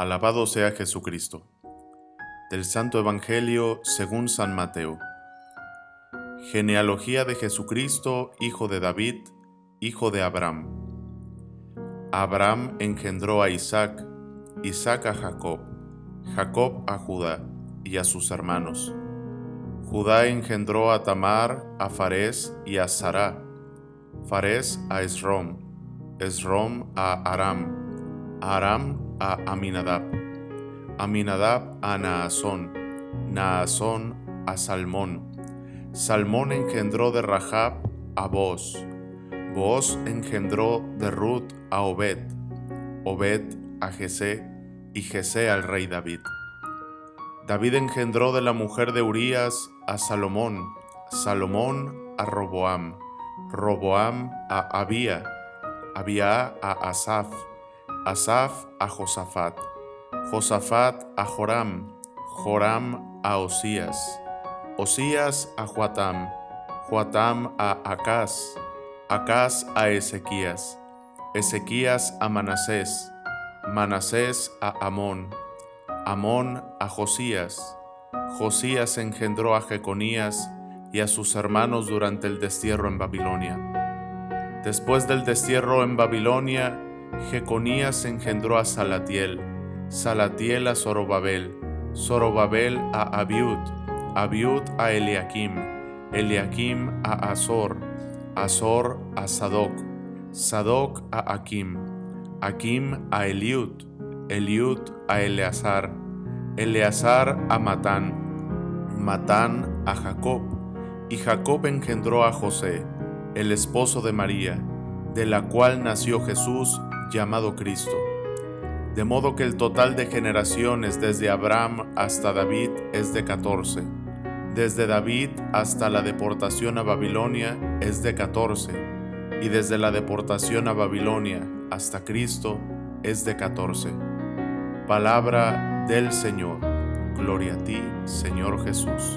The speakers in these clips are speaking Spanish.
Alabado sea Jesucristo. Del Santo Evangelio según San Mateo. Genealogía de Jesucristo, hijo de David, hijo de Abraham. Abraham engendró a Isaac, Isaac a Jacob, Jacob a Judá y a sus hermanos. Judá engendró a Tamar, a Farés y a Zará, Farés a Esrom, Esrom a Aram, Aram a Aminadab, Aminadab a Naasón, Naasón a Salmón, Salmón engendró de Rahab a Booz, Booz engendró de Ruth a Obed, Obed a Jesé y Jesé al rey David. David engendró de la mujer de Urías a Salomón, Salomón a Roboam, Roboam a Abía, Abía a Asaf, Asaf a Josafat, Josafat a Joram, Joram a Osías, Osías a Joatam, Joatam a Acaz, Acaz a Ezequías, Ezequías a Manasés, Manasés a Amón, Amón a Josías, Josías engendró a Jeconías y a sus hermanos durante el destierro en Babilonia. Después del destierro en Babilonia, Jeconías engendró a Salatiel, Salatiel a Zorobabel, Zorobabel a Abiud, Abiud a Eliakim, Eliakim a Azor, Azor a Sadoc, Sadoc a Akim, Akim a Eliud, Eliud a Eleazar, Eleazar a Matán, Matán a Jacob, y Jacob engendró a José, el esposo de María, de la cual nació Jesús, llamado Cristo. De modo que el total de generaciones desde Abraham hasta David es de 14, desde David hasta la deportación a Babilonia es de 14, y desde la deportación a Babilonia hasta Cristo es de 14. Palabra del Señor. Gloria a ti, Señor Jesús.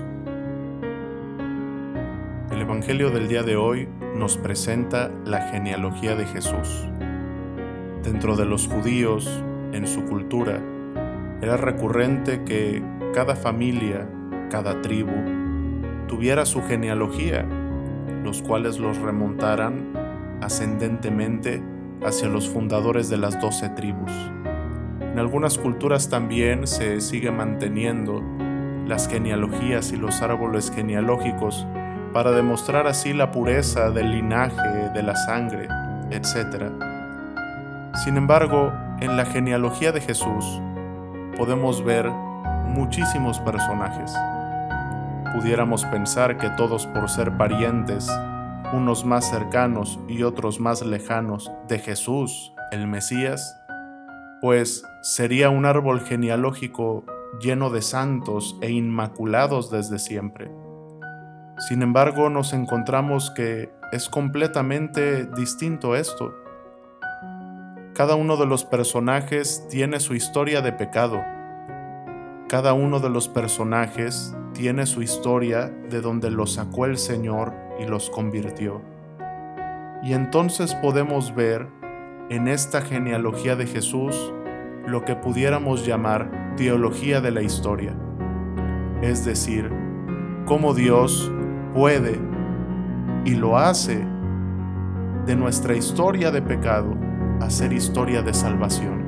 El Evangelio del día de hoy nos presenta la genealogía de Jesús. Dentro de los judíos, en su cultura, era recurrente que cada familia, cada tribu, tuviera su genealogía, los cuales los remontaran ascendentemente hacia los fundadores de las 12 tribus. En algunas culturas también se sigue manteniendo las genealogías y los árboles genealógicos para demostrar así la pureza del linaje, de la sangre, etc. Sin embargo, en la genealogía de Jesús podemos ver muchísimos personajes. Pudiéramos pensar que todos por ser parientes, unos más cercanos y otros más lejanos de Jesús, el Mesías, pues sería un árbol genealógico lleno de santos e inmaculados desde siempre. Sin embargo, nos encontramos que es completamente distinto esto. Cada uno de los personajes tiene su historia de pecado. Cada uno de los personajes tiene su historia de donde los sacó el Señor y los convirtió. Y entonces podemos ver en esta genealogía de Jesús lo que pudiéramos llamar teología de la historia. Es decir, cómo Dios puede y lo hace de nuestra historia de pecado hacer historia de salvación.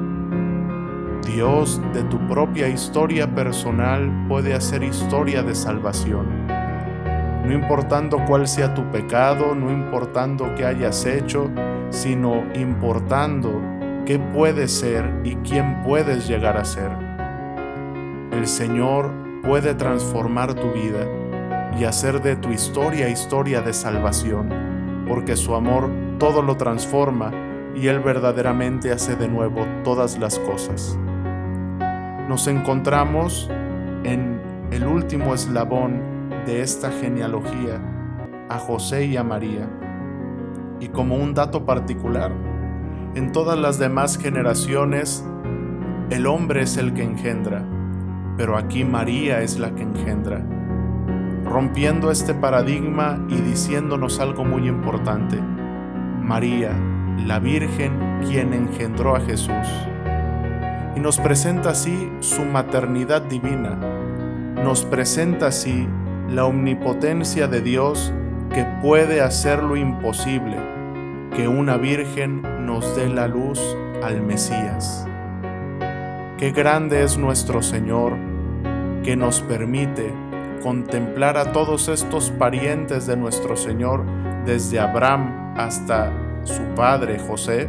Dios de tu propia historia personal puede hacer historia de salvación. No importando cuál sea tu pecado, no importando qué hayas hecho, sino importando qué puedes ser y quién puedes llegar a ser. El Señor puede transformar tu vida y hacer de tu historia historia de salvación, porque su amor todo lo transforma y Él verdaderamente hace de nuevo todas las cosas. Nos encontramos en el último eslabón de esta genealogía, a José y a María. Y como un dato particular, en todas las demás generaciones, el hombre es el que engendra, pero aquí María es la que engendra, rompiendo este paradigma y diciéndonos algo muy importante. María, la Virgen, quien engendró a Jesús. y nos presenta así su maternidad divina. Nos presenta así la omnipotencia de Dios que puede hacer lo imposible, que una virgen nos dé la luz al Mesías. Qué grande es nuestro Señor, que nos permite contemplar a todos estos parientes de nuestro Señor, desde Abraham hasta su padre José,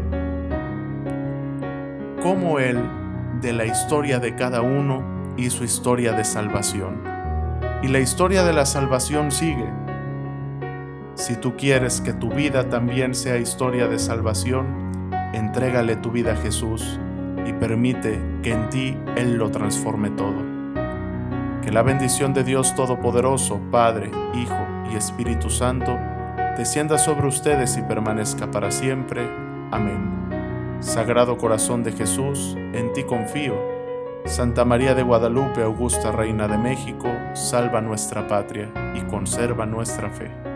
cómo Él, de la historia de cada uno, hizo historia de salvación. Y la historia de la salvación sigue. Si tú quieres que tu vida también sea historia de salvación, entrégale tu vida a Jesús y permite que en ti Él lo transforme todo. Que la bendición de Dios Todopoderoso, Padre, Hijo y Espíritu Santo, descienda sobre ustedes y permanezca para siempre. Amén. Sagrado Corazón de Jesús, en ti confío. Santa María de Guadalupe, augusta Reina de México, salva nuestra patria y conserva nuestra fe.